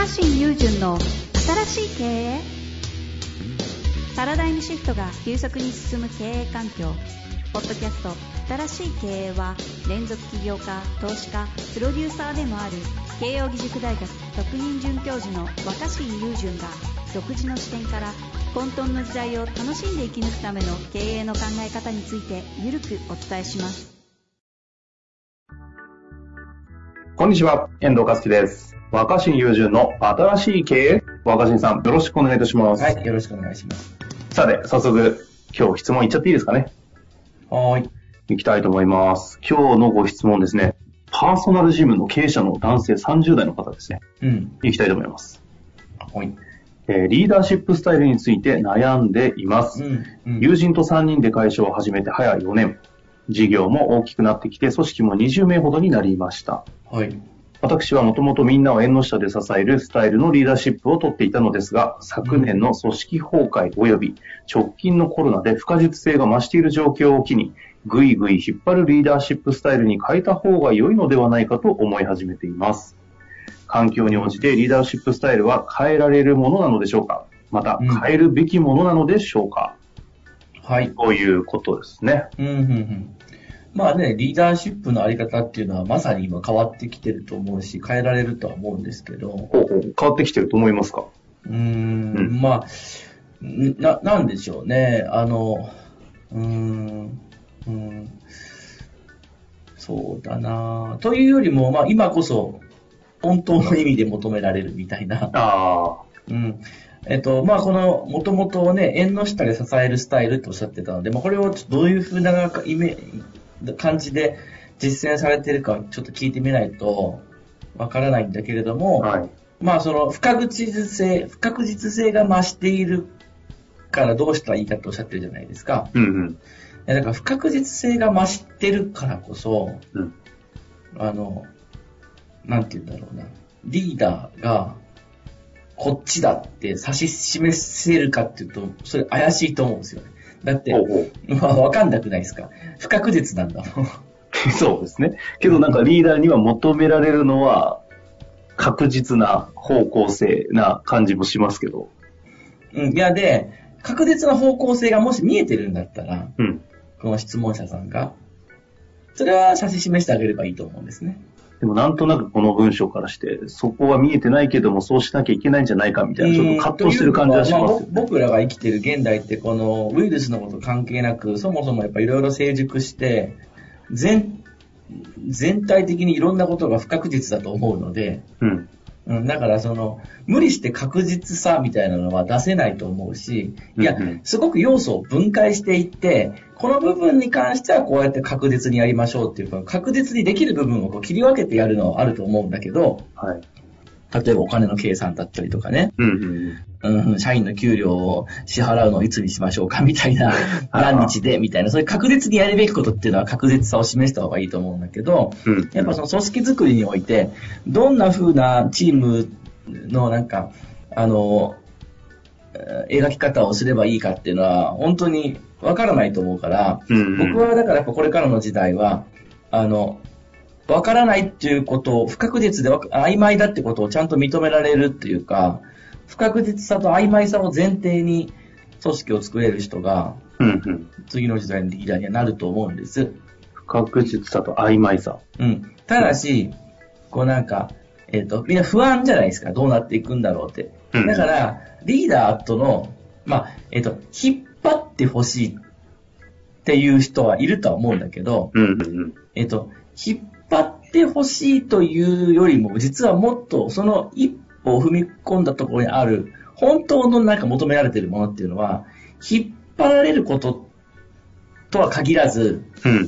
新雄純の新しい経営。パラダイムシフトが急速に進む経営環境。ポッドキャスト新しい経営は、連続起業家、投資家、プロデューサーでもある慶應義塾大学特任准教授の若新雄純が、独自の視点から混沌の時代を楽しんで生き抜くための経営の考え方についてゆるくお伝えします。 こんにちは、遠藤和樹です。若新雄純の新しい経営。若新さん、よろしくお願いいたします。 はい、よろしくお願いします。 さて、早速、今日質問いっちゃっていいですかね。 はい。 いきたいと思います。今日のご質問ですね。パーソナルジムの経営者の男性30代の方ですね。いきたいと思います。 はい。 リーダーシップスタイルについて悩んでいます。友人と3人で会社を始めて早4年。事業も大きくなってきて、組織も20名ほどになりました。 はい。 私はもともとみんなを縁の下で支えるスタイルのリーダーシップをとっていたのですが、昨年の組織崩壊及び直近のコロナで不可実性が増している状況を機に、ぐいぐい引っ張るリーダーシップスタイルに変えた方が良いのではないかと思い始めています。環境に応じてリーダーシップスタイルは変えられるものなのでしょうか？また、変えるべきものなのでしょうか？ はい。 ということですね。 まあね、リーダーシップのあり方っていうのはまさに今変わってきてると思うし、変えられるとは思うんですけど。 変わってきてると思いますか？ まあ、なんでしょうね。そうだなというよりも、まあ今こそ本当の意味で求められるみたいな。まあこの、もともとね、縁の下で支えるスタイルとおっしゃってたので、まあこれをどういうふうな感じで実践されているかちょっと聞いてみないとわからないんだけれども、まあその不確実性が増しているからどうしたらいいかとおっしゃってるじゃないですか。だから不確実性が増してるからこそ、なんて言うんだろうな、リーダーがこっちだって指し示せるかっていうと、それ怪しいと思うんですよね。だって、まあわかんなくないですか。不確実なんだもん。 そうですね。けどなんかリーダーには求められるのは確実な方向性な感じもしますけど。 いやで、確実な方向性がもし見えてるんだったら、この質問者さんが、それは指し示してあげればいいと思うんですね。 でもなんとなくこの文章からして、そこは見えてないけどもそうしなきゃいけないんじゃないかみたいな、ちょっと葛藤してる感じはしますよね。 僕らが生きてる現代ってこのウイルスのこと関係なく、そもそもやっぱいろいろ成熟して、全体的にいろんなことが不確実だと思うので、だからその無理して確実さみたいなのは出せないと思うし、いや、すごく要素を分解していって、この部分に関してはこうやって確実にやりましょうっていうか、確実にできる部分をこう切り分けてやるのはあると思うんだけど、例えばお金の計算だったりとかね、社員の給料を支払うのをいつにしましょうかみたいな、何日でみたいな、そういう確実にやるべきことっていうのは確実さを示した方がいいと思うんだけど、やっぱその組織づくりにおいて、どんな風なチームのなんか、描き方をすればいいかっていうのは、本当にわからないと思うから、僕はだからやっぱこれからの時代は、わからないっていうことを不確実で曖昧だってことをちゃんと認められるっていうか、不確実さと曖昧さを前提に組織を作れる人が、次の時代のリーダーにはなると思うんです。 不確実さと曖昧さ。 ただし、こうなんか、みんな不安じゃないですか。どうなっていくんだろうって。だから、リーダーとの、まあ、引っ張ってほしいっていう人はいるとは思うんだけど、引っ張ってほしいというよりも、実はもっとその一歩を踏み込んだところにある、本当のなんか求められているものっていうのは、引っ張られることとは限らず、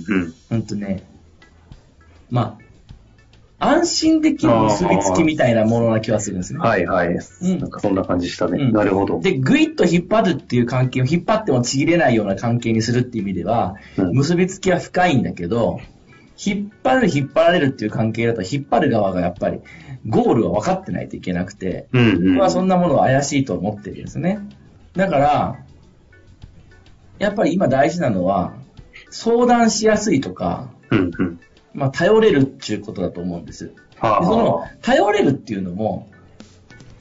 まあ、安心できる結びつきみたいなものな気はするんですね。 なんかそんな感じしたね。なるほど。 で、ぐいっと引っ張るっていう関係を引っ張ってもちぎれないような関係にするっていう意味では、結びつきは深いんだけど、引っ張られるっていう関係だと引っ張る側がやっぱりゴールは分かってないといけなくて、僕はそんなものは怪しいと思ってるんですね。だから、やっぱり今大事なのは相談しやすいとか、頼れるっていうことだと思うんです。でその頼れるっていうのも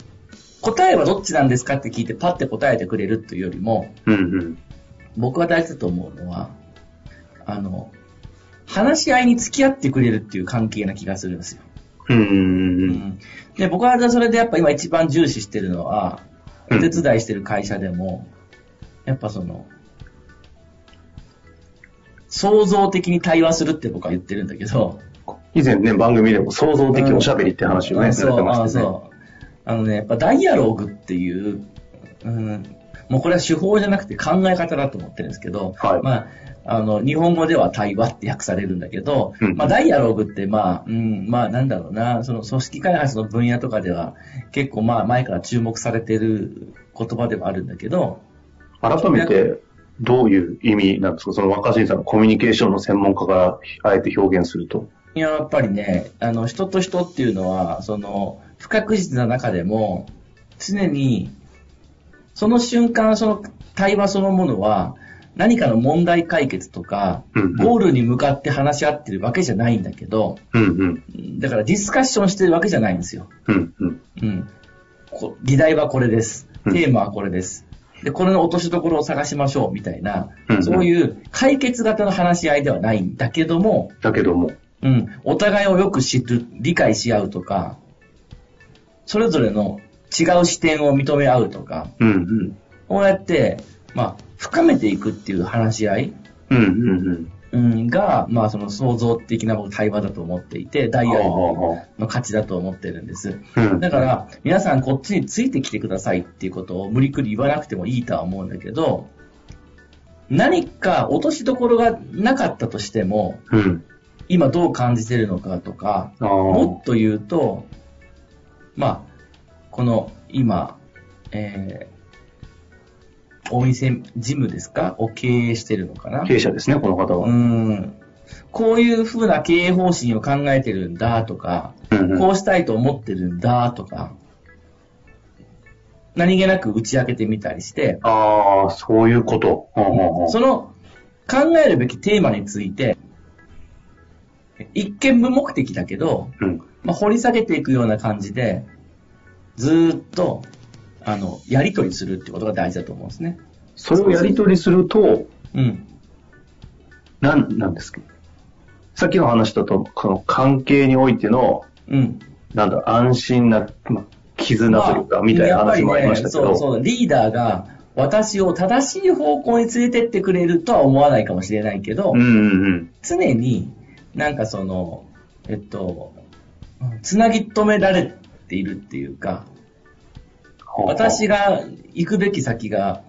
答えはどっちなんですかって聞いてパッて答えてくれるっていうよりも、僕は大事だと思うのは、話し合いに付き合ってくれるっていう関係な気がするんですよ。で、僕はそれでやっぱ今一番重視してるのは、お手伝いしてる会社でも、やっぱ創造的に対話するって僕は言ってるんだけど、 以前ね、番組でも創造的おしゃべりって話をね、されてましたね。そう。 やっぱダイアログっていう、もうこれは手法じゃなくて考え方だと思ってるんですけど、日本語では対話って訳されるんだけど、ダイアログってなんだろうな、その組織開発の分野とかでは結構前から注目されてる言葉ではあるんだけど、 改めてどういう意味なんですか？その若新さんのコミュニケーションの専門家があえて表現すると。 やっぱりね、人と人っていうのは、不確実な中でも、常に、その瞬間、その対話そのものは、何かの問題解決とか、ゴールに向かって話し合ってるわけじゃないんだけど、だからディスカッションしてるわけじゃないんですよ。議題はこれです。テーマはこれです。で、これの落としどころを探しましょうみたいな、そういう解決型の話し合いではないんだけども、お互いをよく知る、理解し合うとか、それぞれの違う視点を認め合うとか、こうやって、深めていくっていう話し合いが、その創造的な対話だと思っていて、ダイアログの価値だと思ってるんです。だから、皆さんこっちについてきてくださいっていうことを無理くり言わなくてもいいとは思うんだけど、何か落としどころがなかったとしても、今どう感じてるのかとか、もっと言うと、この今、お店、ジムですかを経営してるのかな？ 経営者ですね、この方は。 こういう風な経営方針を考えてるんだとか、こうしたいと思ってるんだとか、何気なく打ち明けてみたりして、 そういうこと。 その考えるべきテーマについて、一見無目的だけど、掘り下げていくような感じで、ずーっと、やり取りするってことが大事だと思うんですね。 それをやり取りすると、なんですか？さっきの話だと、この関係においての、安心な、絆というか、みたいな話もありましたけど。 そう、リーダーが私を正しい方向に連れてってくれるとは思わないかもしれないけど、常につなぎ止められているっていうか、私が行くべき先が、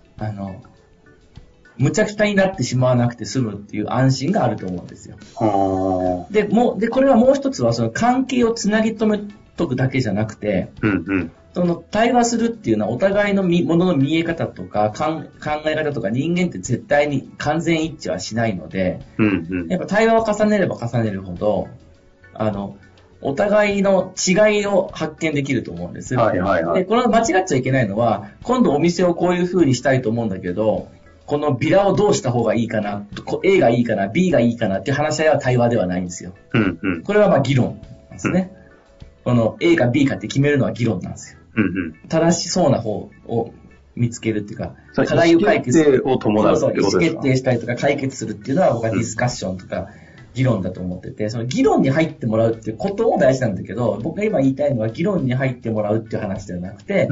むちゃくちゃになってしまわなくて済むっていう安心があると思うんですよ。で、これはもう一つはその関係をつなぎ止めとくだけじゃなくて、その対話するっていうのはお互いのものの見え方とか考え方とか人間って絶対に完全一致はしないので、やっぱ対話を重ねれば重ねるほど、お互いの違いを発見できると思うんです。で、これ間違っちゃいけないのは、今度お店をこういう風にしたいと思うんだけど、このビラをどうした方がいいかな、A がいいかな、B がいいかなっていう話し合いは対話ではないんですよ。これは議論なんですね。この A か B かって決めるのは議論なんですよ。正しそうな方を見つけるっていうか、課題を解決する。意思決定したりとか解決するっていうのは僕はディスカッションとか議論だと思ってて、その議論に入ってもらうっていうことも大事なんだけど、僕が今言いたいのは議論に入ってもらうっていう話ではなくて、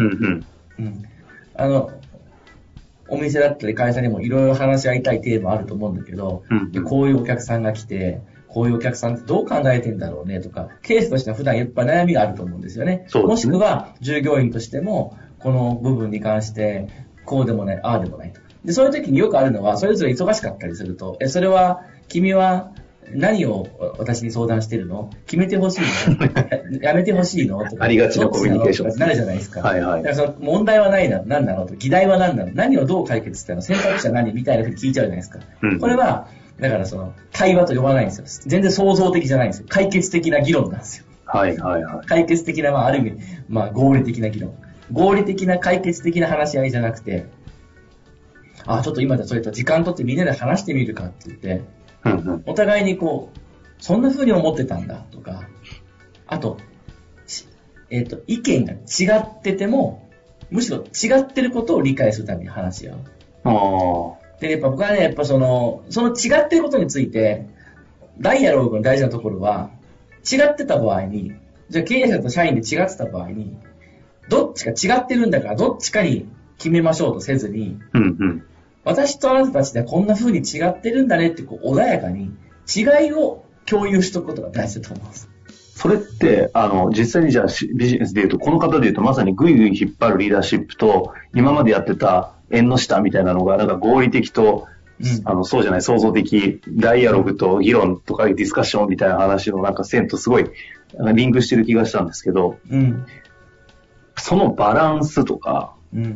お店だったり会社にもいろいろ話し合いたいテーマあると思うんだけど、こういうお客さんが来て、こういうお客さんってどう考えてんだろうねとか、ケースとしては普段やっぱ悩みがあると思うんですよね。もしくは従業員としても、この部分に関して、こうでもない、ああでもないと。で、そういう時によくあるのは、それぞれ忙しかったりすると、それは、君は何を私に相談してるの？決めてほしいの？やめてほしいの？とか。 ありがちなコミュニケーション。 なるじゃないですか。だからその問題は何なのと、議題は何なの？何をどう解決したの？選択肢は何？みたいなふうに聞いちゃうじゃないですか。これは、だから対話と呼ばないんですよ。全然創造的じゃないんですよ。解決的な議論なんですよ。解決的な、ある意味、合理的な議論。合理的な解決的な話し合いじゃなくて、ちょっと今じゃそれと時間取ってみんなで話してみるかって言って、お互いにそんな風に思ってたんだとか、あと、 意見が違ってても、むしろ違ってることを理解するために話し合う。で、やっぱ僕はね、やっぱその違ってることについて、ダイアローグの大事なところは、違ってた場合に、じゃあ経営者と社員で違ってた場合に、どっちか違ってるんだから、どっちかに決めましょうとせずに、私とあなたたちでこんな風に違ってるんだねってこう穏やかに違いを共有しておくことが大事だと思います。 それって、実際にじゃあビジネスで言うと、この方で言うとまさにグイグイ引っ張るリーダーシップと、今までやってた縁の下みたいなのが、なんか合理的と、そうじゃない、創造的、ダイアログと議論とかディスカッションみたいな話のなんか線とすごいリンクしてる気がしたんですけど、そのバランスとか、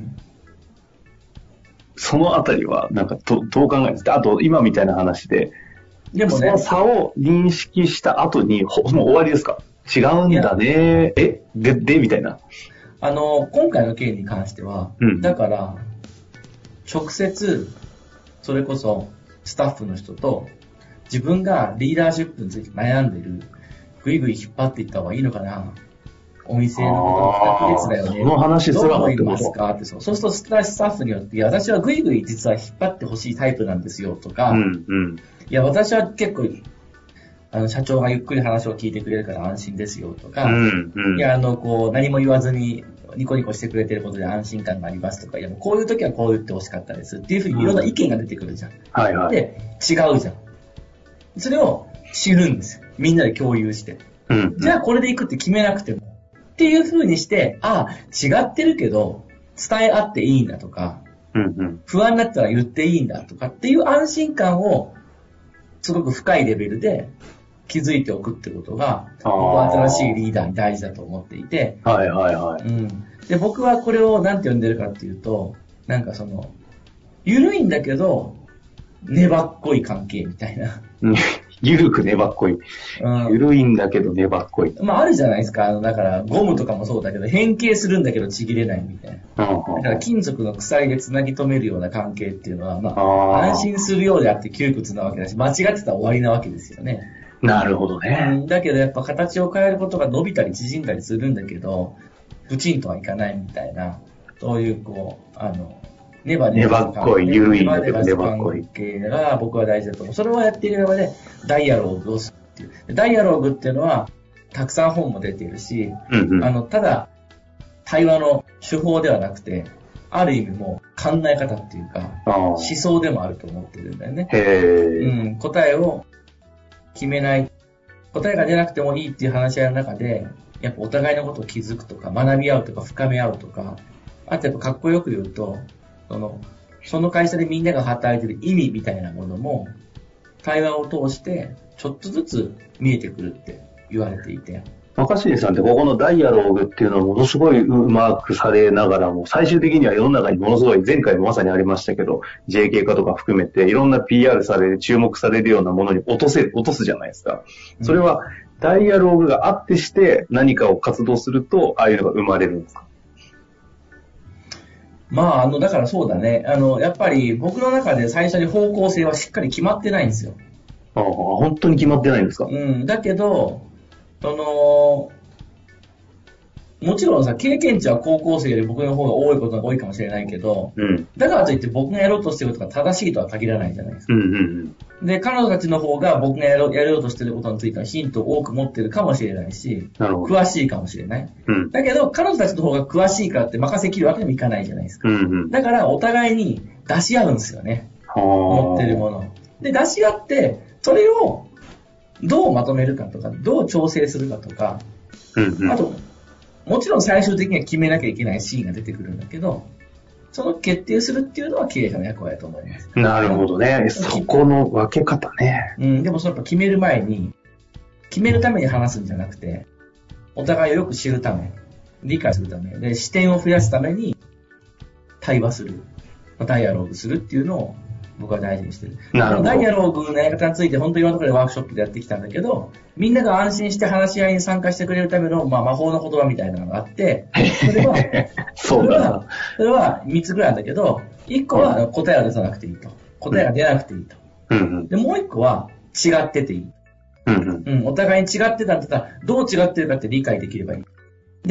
そのあたりはなんかどう考えるんですか？あと今みたいな話で、でもね、その差を認識した後にもう終わりですか？違うんだね、みたいな。 今回の件に関しては、だから直接それこそスタッフの人と自分がリーダーシップについて悩んでる、ぐいぐい引っ張っていった方がいいのかな、お店のことの2つ列だよね、 その話すらどう思いますかって。そうするとスタッフによって、いや私はぐいぐい実は引っ張ってほしいタイプなんですよとか、いや私は結構社長がゆっくり話を聞いてくれるから安心ですよとか、いやこう何も言わずにニコニコしてくれてることで安心感がありますとか、いやもうこういう時はこう言ってほしかったですっていうふうにいろんな意見が出てくるじゃん。で、違うじゃん。それを知るんですよ。みんなで共有して。じゃあこれでいくって決めなくても。っていうふうにして、違ってるけど伝え合っていいんだとか、不安になったら言っていいんだとかっていう安心感をすごく深いレベルで気づいておくってことが、僕は新しいリーダーに大事だと思っていて、で、僕はこれを何て呼んでるかっていうと、なんか緩いんだけど、粘っこい関係みたいな。 緩く粘っこい。緩いんだけど粘っこい。 あるじゃないですか。だからゴムとかもそうだけど、変形するんだけどちぎれないみたいな。だから金属の鎖でつなぎ止めるような関係っていうのは、安心するようであって窮屈なわけだし、間違ってたら終わりなわけですよね。 なるほどね。 だけどやっぱ形を変えることが伸びたり縮んだりするんだけど、プチンとはいかないみたいな、そういう粘っこい、緩いんだけど粘っこい関係が僕は大事だと思う。それをやっている中でダイアローグをするっていう。ダイアローグっていうのはたくさん本も出ているし、ただ対話の手法ではなくて、ある意味もう考え方っていうか思想でもあると思ってるんだよね。答えを決めない、答えが出なくてもいいっていう話し合いの中で、やっぱお互いのことを気づくとか学び合うとか深め合うとか、あとやっぱかっこよく言うと、その会社でみんなが働いてる意味みたいなものも対話を通してちょっとずつ見えてくるって言われていて、 若新さんってここのダイアローグっていうのをものすごいうまくされながらも、最終的には世の中にものすごい、前回もまさにありましたけど JK 化とか含めていろんな PR される、注目されるようなものに落とすじゃないですか。それはダイアローグがあってして何かを活動するとああいうのが生まれるんですか？ だからそうだね。やっぱり僕の中で最初に方向性はしっかり決まってないんですよ。 本当に決まってないんですか？ だけど、もちろんさ、経験値は高校生より僕の方が多いことが多いかもしれないけど、だからといって僕がやろうとしていることが正しいとは限らないじゃないですか。で、彼女たちの方が僕がやろうとしていることについてはヒントを多く持ってるかもしれないし、詳しいかもしれない。だけど、彼女たちの方が詳しいからって任せきるわけにもいかないじゃないですか。だから、お互いに出し合うんですよね。持ってるもの。で、出し合って、それをどうまとめるかとか、どう調整するかとか、あと、もちろん最終的には決めなきゃいけないシーンが出てくるんだけど、その決定するっていうのは経営者の役割だと思います。 なるほどね。そこの分け方ね。 でもその決める前に、決めるために話すんじゃなくて、お互いをよく知るため、理解するためで、視点を増やすために対話する、ダイアローグするっていうのを僕は大事にしてる。ダイアローグのやり方について本当にいろんなところでワークショップでやってきたんだけど、みんなが安心して話し合いに参加してくれるための、魔法の言葉みたいなのがあって、それは3つぐらいなんだけど、1個は答えを出さなくていいと。答えが出なくていいと。で、もう1個は違ってていい。お互いに違ってたんだったら、どう違ってるかって理解できればいい。で、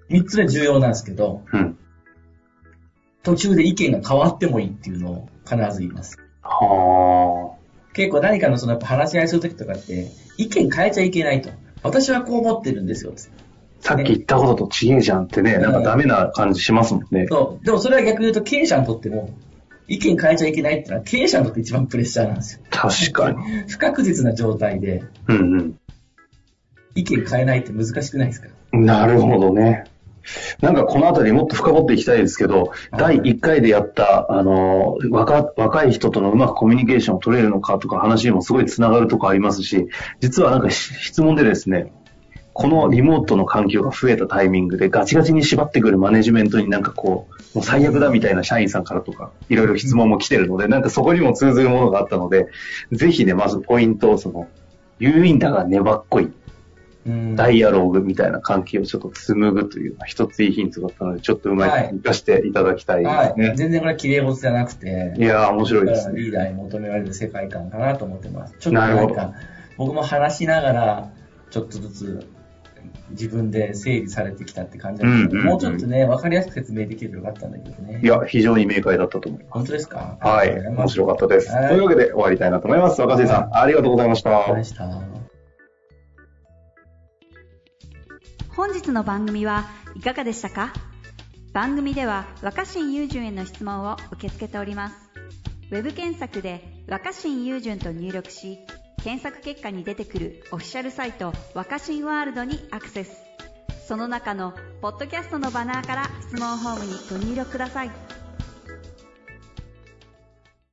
3つ目重要なんですけど、 うん、 途中で意見が変わってもいいっていうのを必ず言います。 はあ。 結構何かのやっぱ話し合いするときとかって、意見変えちゃいけないと。私はこう思ってるんですよ。 さっき言ったことと違えじゃんってね、なんかダメな感じしますもんね。 そう。でもそれは逆に言うと経営者にとっても、意見変えちゃいけないってのは経営者にとって一番プレッシャーなんですよ。 確かに。 不確実な状態で、意見変えないって難しくないですか？ なるほどね。なんかこのあたりもっと深掘っていきたいですけど、第1回でやった、若い人とのうまくコミュニケーションを取れるのかとか話にもすごいつながるとこありますし、実はなんか質問でですね、このリモートの環境が増えたタイミングでガチガチに縛ってくるマネジメントになんかこう、もう最悪だみたいな社員さんからとか、いろいろ質問も来てるので、なんかそこにも通ずるものがあったので、ぜひね、まずポイントを有意だが粘っこい。ダイアローグみたいな関係をちょっと紡ぐというのは一ついいヒントだったので、ちょっとうまいこと活かしていただきたいですね。 はい、全然これは綺麗事じゃなくて、 いやー面白いですね。 リーダーに求められる世界観かなと思ってます。ちょっとなんか僕も話しながらちょっとずつ自分で整理されてきたって感じなんですけど、もうちょっとね分かりやすく説明できるとよかったんだけどね。 いや非常に明快だったと思います。 本当ですか？ はい、面白かったです。というわけで終わりたいなと思います。若新さん、ありがとうございました。 本日の番組はいかがでしたか？番組では若新雄純への質問を受け付けております。ウェブ検索で若新雄純と入力し、検索結果に出てくるオフィシャルサイト若新ワールドにアクセス。その中のポッドキャストのバナーから質問フォームにご入力ください。